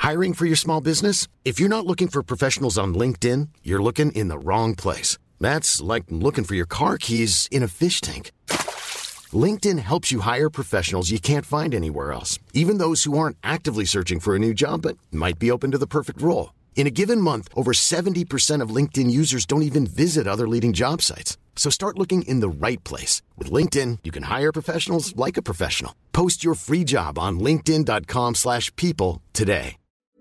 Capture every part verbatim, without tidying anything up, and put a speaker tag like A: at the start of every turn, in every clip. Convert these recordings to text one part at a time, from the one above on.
A: Hiring for your small business? If you're not looking for professionals on LinkedIn, you're looking in the wrong place. That's like looking for your car keys in a fish tank. LinkedIn helps you hire professionals you can't find anywhere else, even those who aren't actively searching for a new job but might be open to the perfect role. In a given month, over seventy percent of LinkedIn users don't even visit other leading job sites. So start looking in the right place. With LinkedIn, you can hire professionals like a professional. Post your free job on linkedin.com slash people today.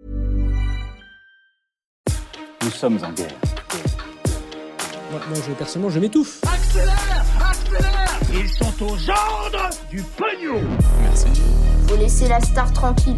B: Nous sommes en guerre.
C: Moi, moi je, personnellement, je m'étouffe.
D: Accélère! Accélère! Ils sont aux ordres du pognon!
B: Merci.
E: Faut laisser la star tranquille.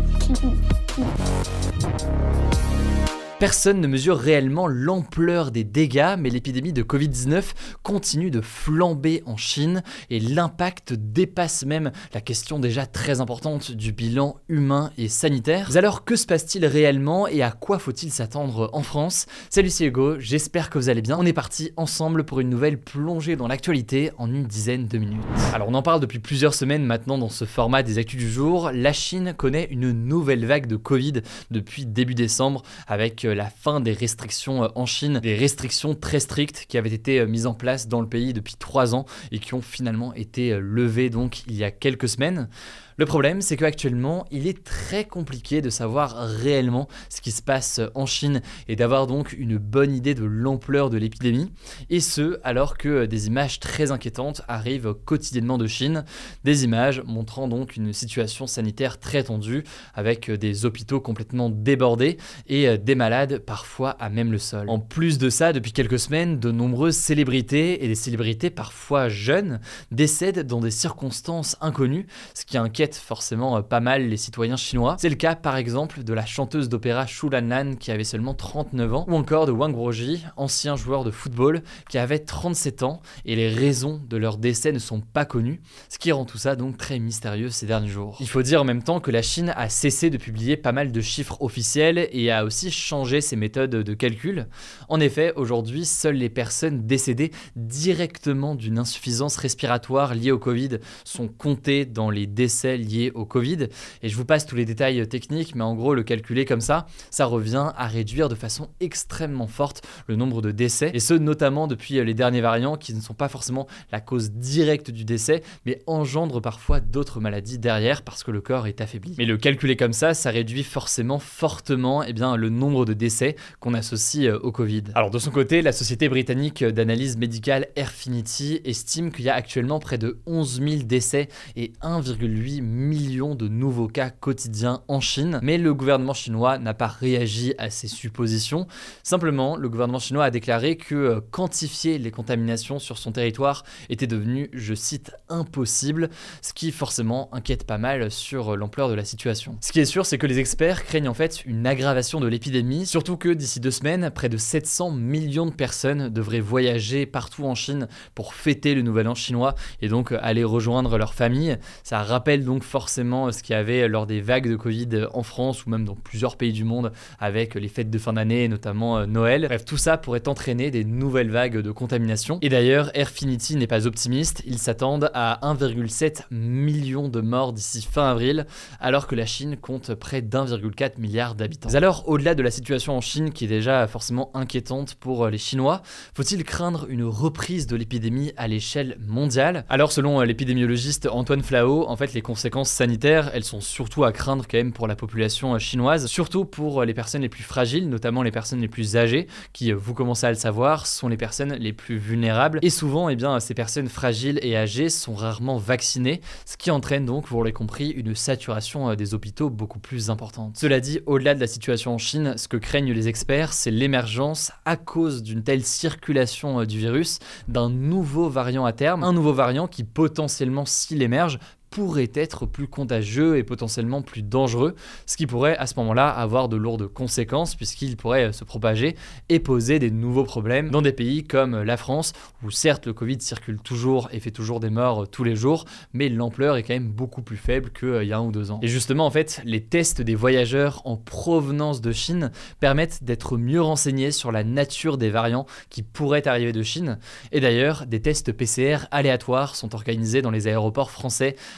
F: Personne ne mesure réellement l'ampleur des dégâts, mais l'épidémie de covid dix-neuf continue de flamber en Chine et l'impact dépasse même la question déjà très importante du bilan humain et sanitaire. Mais alors, que se passe-t-il réellement et à quoi faut-il s'attendre en France ? Salut, c'est Hugo, j'espère que vous allez bien. On est parti ensemble pour une nouvelle plongée dans l'actualité en une dizaine de minutes. Alors, on en parle depuis plusieurs semaines maintenant dans ce format des actus du jour. La Chine connaît une nouvelle vague de Covid depuis début décembre avec la fin des restrictions en Chine, des restrictions très strictes qui avaient été mises en place dans le pays depuis trois ans et qui ont finalement été levées donc il y a quelques semaines. Le problème, c'est qu'actuellement, il est très compliqué de savoir réellement ce qui se passe en Chine et d'avoir donc une bonne idée de l'ampleur de l'épidémie, et ce, alors que des images très inquiétantes arrivent quotidiennement de Chine, des images montrant donc une situation sanitaire très tendue, avec des hôpitaux complètement débordés et des malades parfois à même le sol. En plus de ça, depuis quelques semaines, de nombreuses célébrités, et des célébrités parfois jeunes, décèdent dans des circonstances inconnues, ce qui inquiète forcément pas mal les citoyens chinois. C'est le cas par exemple de la chanteuse d'opéra Xu Lanlan qui avait seulement trente-neuf ans, ou encore de Wang Guoji, ancien joueur de football qui avait trente-sept ans, et les raisons de leur décès ne sont pas connues, ce qui rend tout ça donc très mystérieux ces derniers jours. Il faut dire en même temps que la Chine a cessé de publier pas mal de chiffres officiels et a aussi changé ses méthodes de calcul. En effet, aujourd'hui, seules les personnes décédées directement d'une insuffisance respiratoire liée au Covid sont comptées dans les décès liés au Covid, et je vous passe tous les détails techniques, mais en gros le calculer comme ça, ça revient à réduire de façon extrêmement forte le nombre de décès, et ce notamment depuis les derniers variants qui ne sont pas forcément la cause directe du décès, mais engendrent parfois d'autres maladies derrière parce que le corps est affaibli. Mais le calculer comme ça, ça réduit forcément fortement eh bien, le nombre de décès qu'on associe au Covid. Alors de son côté, la société britannique d'analyse médicale Airfinity estime qu'il y a actuellement près de onze mille décès et un virgule huit millions de nouveaux cas quotidiens en Chine, mais le gouvernement chinois n'a pas réagi à ces suppositions. Simplement, le gouvernement chinois a déclaré que quantifier les contaminations sur son territoire était devenu, je cite, impossible, ce qui forcément inquiète pas mal sur l'ampleur de la situation. Ce qui est sûr, c'est que les experts craignent en fait une aggravation de l'épidémie, surtout que d'ici deux semaines, près de sept cents millions de personnes devraient voyager partout en Chine pour fêter le nouvel an chinois et donc aller rejoindre leur famille. Ça rappelle donc forcément ce qu'il y avait lors des vagues de Covid en France ou même dans plusieurs pays du monde avec les fêtes de fin d'année, notamment Noël. Bref, tout ça pourrait entraîner des nouvelles vagues de contamination. Et d'ailleurs, Airfinity n'est pas optimiste. Ils s'attendent à un virgule sept million de morts d'ici fin avril, alors que la Chine compte près d'un virgule quatre milliard d'habitants. Mais alors, au-delà de la situation en Chine qui est déjà forcément inquiétante pour les Chinois, faut-il craindre une reprise de l'épidémie à l'échelle mondiale ? Alors, selon l'épidémiologiste Antoine Flahault, en fait, les conséquences sanitaires, elles sont surtout à craindre quand même pour la population chinoise, surtout pour les personnes les plus fragiles, notamment les personnes les plus âgées, qui, vous commencez à le savoir, sont les personnes les plus vulnérables. Et souvent, eh bien, ces personnes fragiles et âgées sont rarement vaccinées, ce qui entraîne donc, vous l'aurez compris, une saturation des hôpitaux beaucoup plus importante. Cela dit, au-delà de la situation en Chine, ce que craignent les experts, c'est l'émergence, à cause d'une telle circulation du virus, d'un nouveau variant à terme, un nouveau variant qui potentiellement, s'il émerge, pourrait être plus contagieux et potentiellement plus dangereux, ce qui pourrait à ce moment-là avoir de lourdes conséquences puisqu'il pourrait se propager et poser des nouveaux problèmes dans des pays comme la France où certes le Covid circule toujours et fait toujours des morts tous les jours, mais l'ampleur est quand même beaucoup plus faible qu'il y a un ou deux ans. Et justement en fait, les tests des voyageurs en provenance de Chine permettent d'être mieux renseignés sur la nature des variants qui pourraient arriver de Chine. Et d'ailleurs, des tests P C R aléatoires sont organisés dans les aéroports français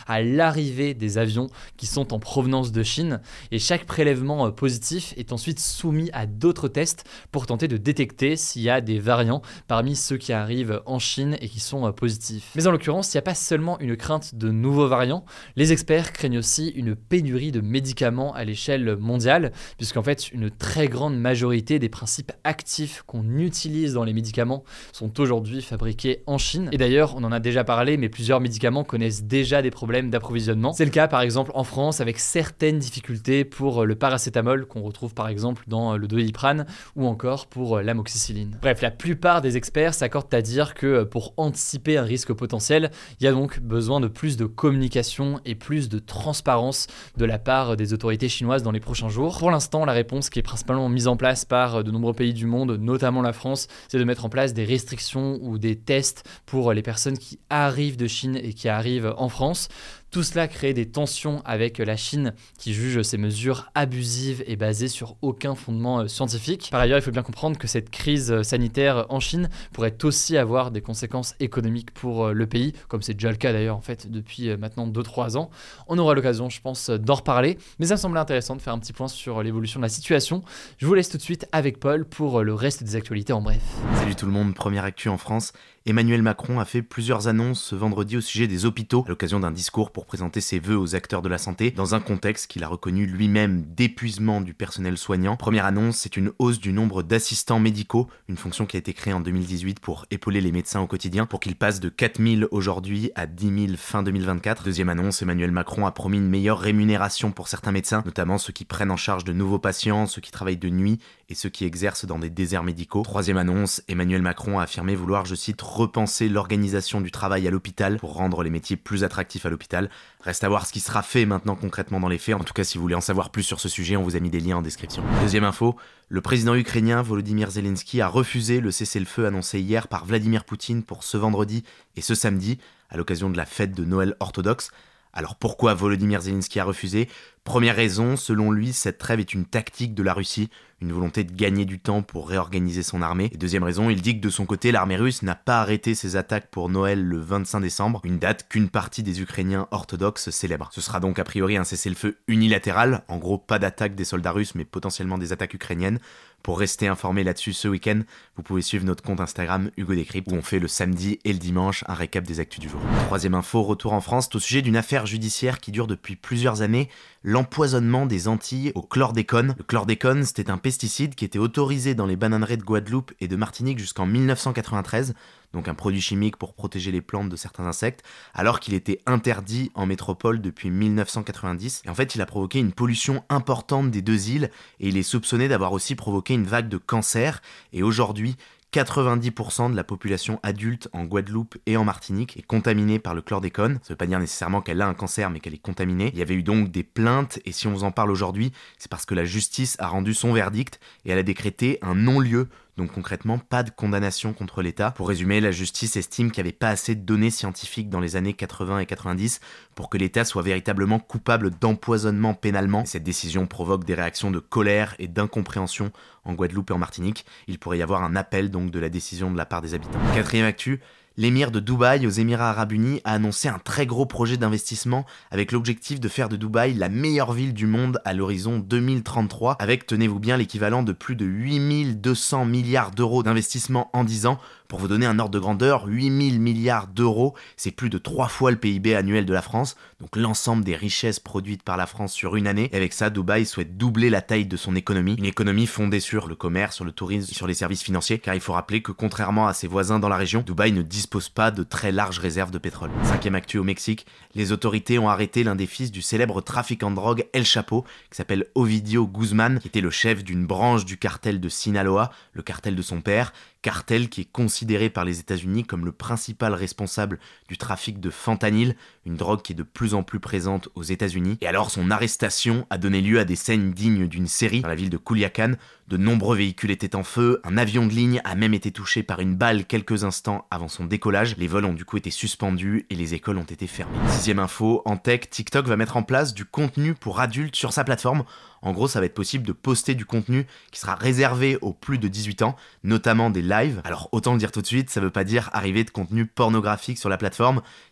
F: à l'arrivée des avions qui sont en provenance de Chine. Et chaque prélèvement positif est ensuite soumis à d'autres tests pour tenter de détecter s'il y a des variants parmi ceux qui arrivent en Chine et qui sont positifs. Mais en l'occurrence, il n'y a pas seulement une crainte de nouveaux variants, les experts craignent aussi une pénurie de médicaments à l'échelle mondiale, puisqu'en fait, une très grande majorité des principes actifs qu'on utilise dans les médicaments sont aujourd'hui fabriqués en Chine. Et d'ailleurs, on en a déjà parlé, mais plusieurs médicaments connaissent déjà des problèmes d'approvisionnement. C'est le cas par exemple en France avec certaines difficultés pour le paracétamol qu'on retrouve par exemple dans le Doliprane ou encore pour l'amoxicilline. Bref, la plupart des experts s'accordent à dire que pour anticiper un risque potentiel, il y a donc besoin de plus de communication et plus de transparence de la part des autorités chinoises dans les prochains jours. Pour l'instant, la réponse qui est principalement mise en place par de nombreux pays du monde, notamment la France, c'est de mettre en place des restrictions ou des tests pour les personnes qui arrivent de Chine et qui arrivent en France. Tout cela crée des tensions avec la Chine qui juge ces mesures abusives et basées sur aucun fondement scientifique. Par ailleurs, il faut bien comprendre que cette crise sanitaire en Chine pourrait aussi avoir des conséquences économiques pour le pays, comme c'est déjà le cas d'ailleurs en fait depuis maintenant deux trois ans. On aura l'occasion, je pense, d'en reparler, mais ça me semblait intéressant de faire un petit point sur l'évolution de la situation. Je vous laisse tout de suite avec Paul pour le reste des actualités en bref.
G: Salut tout le monde, première actu en France. Emmanuel Macron a fait plusieurs annonces ce vendredi au sujet des hôpitaux à l'occasion d'un discours pour présenter ses vœux aux acteurs de la santé dans un contexte qu'il a reconnu lui-même d'épuisement du personnel soignant. Première annonce, c'est une hausse du nombre d'assistants médicaux, une fonction qui a été créée en deux mille dix-huit pour épauler les médecins au quotidien, pour qu'ils passent de quatre mille aujourd'hui à dix mille fin deux mille vingt-quatre. Deuxième annonce, Emmanuel Macron a promis une meilleure rémunération pour certains médecins, notamment ceux qui prennent en charge de nouveaux patients, ceux qui travaillent de nuit et ceux qui exercent dans des déserts médicaux. Troisième annonce, Emmanuel Macron a affirmé vouloir, je cite, repenser l'organisation du travail à l'hôpital pour rendre les métiers plus attractifs à l'hôpital. Reste à voir ce qui sera fait maintenant concrètement dans les faits. En tout cas, si vous voulez en savoir plus sur ce sujet, on vous a mis des liens en description. Deuxième info, le président ukrainien Volodymyr Zelensky a refusé le cessez-le-feu annoncé hier par Vladimir Poutine pour ce vendredi et ce samedi, à l'occasion de la fête de Noël orthodoxe. Alors pourquoi Volodymyr Zelensky a refusé ? Première raison, selon lui, cette trêve est une tactique de la Russie, une volonté de gagner du temps pour réorganiser son armée. Et deuxième raison, il dit que de son côté, l'armée russe n'a pas arrêté ses attaques pour Noël le vingt-cinq décembre, une date qu'une partie des Ukrainiens orthodoxes célèbre. Ce sera donc a priori un cessez-le-feu unilatéral, en gros pas d'attaque des soldats russes mais potentiellement des attaques ukrainiennes. Pour rester informé là-dessus ce week-end, vous pouvez suivre notre compte Instagram Hugo Décrypte où on fait le samedi et le dimanche un récap des actus du jour. Troisième info, retour en France, c'est au sujet d'une affaire judiciaire qui dure depuis plusieurs années, l'empoisonnement des Antilles au chlordécone. Le chlordécone, c'était un pesticide qui était autorisé dans les bananeraies de Guadeloupe et de Martinique jusqu'en dix-neuf cent quatre-vingt-treize, donc un produit chimique pour protéger les plantes de certains insectes, alors qu'il était interdit en métropole depuis dix-neuf cent quatre-vingt-dix. Et en fait, il a provoqué une pollution importante des deux îles et il est soupçonné d'avoir aussi provoqué une vague de cancer. Et aujourd'hui, quatre-vingt-dix pour cent de la population adulte en Guadeloupe et en Martinique est contaminée par le chlordécone. Ça ne veut pas dire nécessairement qu'elle a un cancer, mais qu'elle est contaminée. Il y avait eu donc des plaintes, et si on vous en parle aujourd'hui, c'est parce que la justice a rendu son verdict et elle a décrété un non-lieu. Donc concrètement, pas de condamnation contre l'État. Pour résumer, la justice estime qu'il n'y avait pas assez de données scientifiques dans les années quatre-vingts et quatre-vingt-dix pour que l'État soit véritablement coupable d'empoisonnement pénalement. Et cette décision provoque des réactions de colère et d'incompréhension en Guadeloupe et en Martinique. Il pourrait y avoir un appel donc de la décision de la part des habitants. Quatrième actu, l'émir de Dubaï aux Émirats Arabes Unis a annoncé un très gros projet d'investissement avec l'objectif de faire de Dubaï la meilleure ville du monde à l'horizon deux mille trente-trois, avec, tenez-vous bien, l'équivalent de plus de huit mille deux cents milliards d'euros d'investissement en dix ans. Pour vous donner un ordre de grandeur, huit mille milliards d'euros, c'est plus de trois fois le P I B annuel de la France, donc l'ensemble des richesses produites par la France sur une année. Et avec ça, Dubaï souhaite doubler la taille de son économie, une économie fondée sur le commerce, sur le tourisme, sur les services financiers, car il faut rappeler que contrairement à ses voisins dans la région, Dubaï ne dispose pas de très larges réserves de pétrole. Cinquième actu au Mexique, les autorités ont arrêté l'un des fils du célèbre trafiquant de drogue El Chapo, qui s'appelle Ovidio Guzman, qui était le chef d'une branche du cartel de Sinaloa, le cartel de son père, cartel qui est considéré par les États-Unis comme le principal responsable du trafic de fentanyl, une drogue qui est de plus en plus présente aux États-Unis. Et alors son arrestation a donné lieu à des scènes dignes d'une série dans la ville de Culiacán. De nombreux véhicules étaient en feu, un avion de ligne a même été touché par une balle quelques instants avant son décollage. Les vols ont du coup été suspendus et les écoles ont été fermées. Sixième info, en tech, TikTok va mettre en place du contenu pour adultes sur sa plateforme. En gros, ça va être possible de poster du contenu qui sera réservé aux plus de dix-huit ans, notamment des lives. Alors autant le dire tout de suite, ça veut pas dire arriver de contenu pornographique sur la plateforme.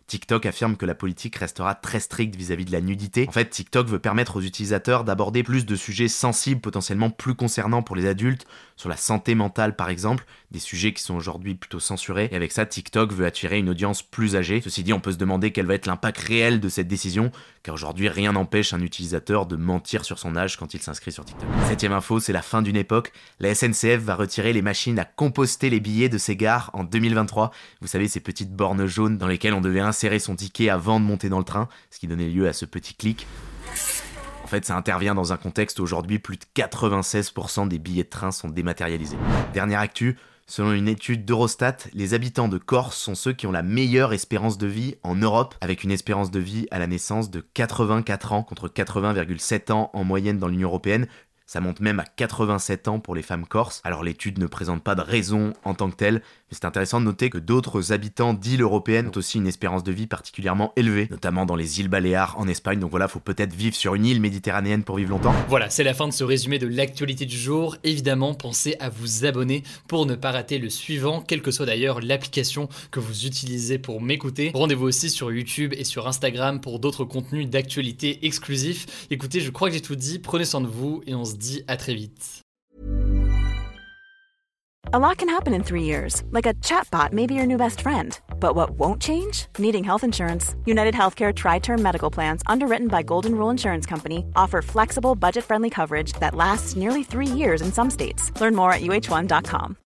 G: TikTok affirme que la politique restera très stricte vis-à-vis de la nudité. En fait, TikTok veut permettre aux utilisateurs d'aborder plus de sujets sensibles, potentiellement plus concernants pour les adultes, sur la santé mentale par exemple, des sujets qui sont aujourd'hui plutôt censurés. Et avec ça, TikTok veut attirer une audience plus âgée. Ceci dit, on peut se demander quel va être l'impact réel de cette décision, car aujourd'hui, rien n'empêche un utilisateur de mentir sur son âge quand il s'inscrit sur TikTok. Septième info, c'est la fin d'une époque. La S N C F va retirer les machines à composter les billets de ses gares en deux mille vingt-trois. Vous savez, ces petites bornes jaunes dans lesquelles on devait insérer son ticket avant de monter dans le train, ce qui donnait lieu à ce petit clic. En fait, ça intervient dans un contexte où aujourd'hui, plus de quatre-vingt-seize pour cent des billets de train sont dématérialisés. Dernière actu, selon une étude d'Eurostat, les habitants de Corse sont ceux qui ont la meilleure espérance de vie en Europe, avec une espérance de vie à la naissance de quatre-vingt-quatre ans, contre quatre-vingts virgule sept ans en moyenne dans l'Union européenne. Ça monte même à quatre-vingt-sept ans pour les femmes corses. Alors l'étude ne présente pas de raison en tant que telle, mais c'est intéressant de noter que d'autres habitants d'îles européennes ont aussi une espérance de vie particulièrement élevée, notamment dans les îles Baléares en Espagne. Donc voilà, faut peut-être vivre sur une île méditerranéenne pour vivre longtemps.
F: Voilà, c'est la fin de ce résumé de l'actualité du jour. Évidemment, pensez à vous abonner pour ne pas rater le suivant, quelle que soit d'ailleurs l'application que vous utilisez pour m'écouter. Rendez-vous aussi sur YouTube et sur Instagram pour d'autres contenus d'actualité exclusifs. Écoutez, je crois que j'ai tout dit, prenez soin de vous et on se dit à très vite.
H: A lot can happen in three years, like a chatbot may be your new best friend. But what won't change? Needing health insurance. United Healthcare Tri-Term Medical Plans, underwritten by Golden Rule Insurance Company, offer flexible, budget-friendly coverage that lasts nearly three years in some states. Learn more at U H one dot com.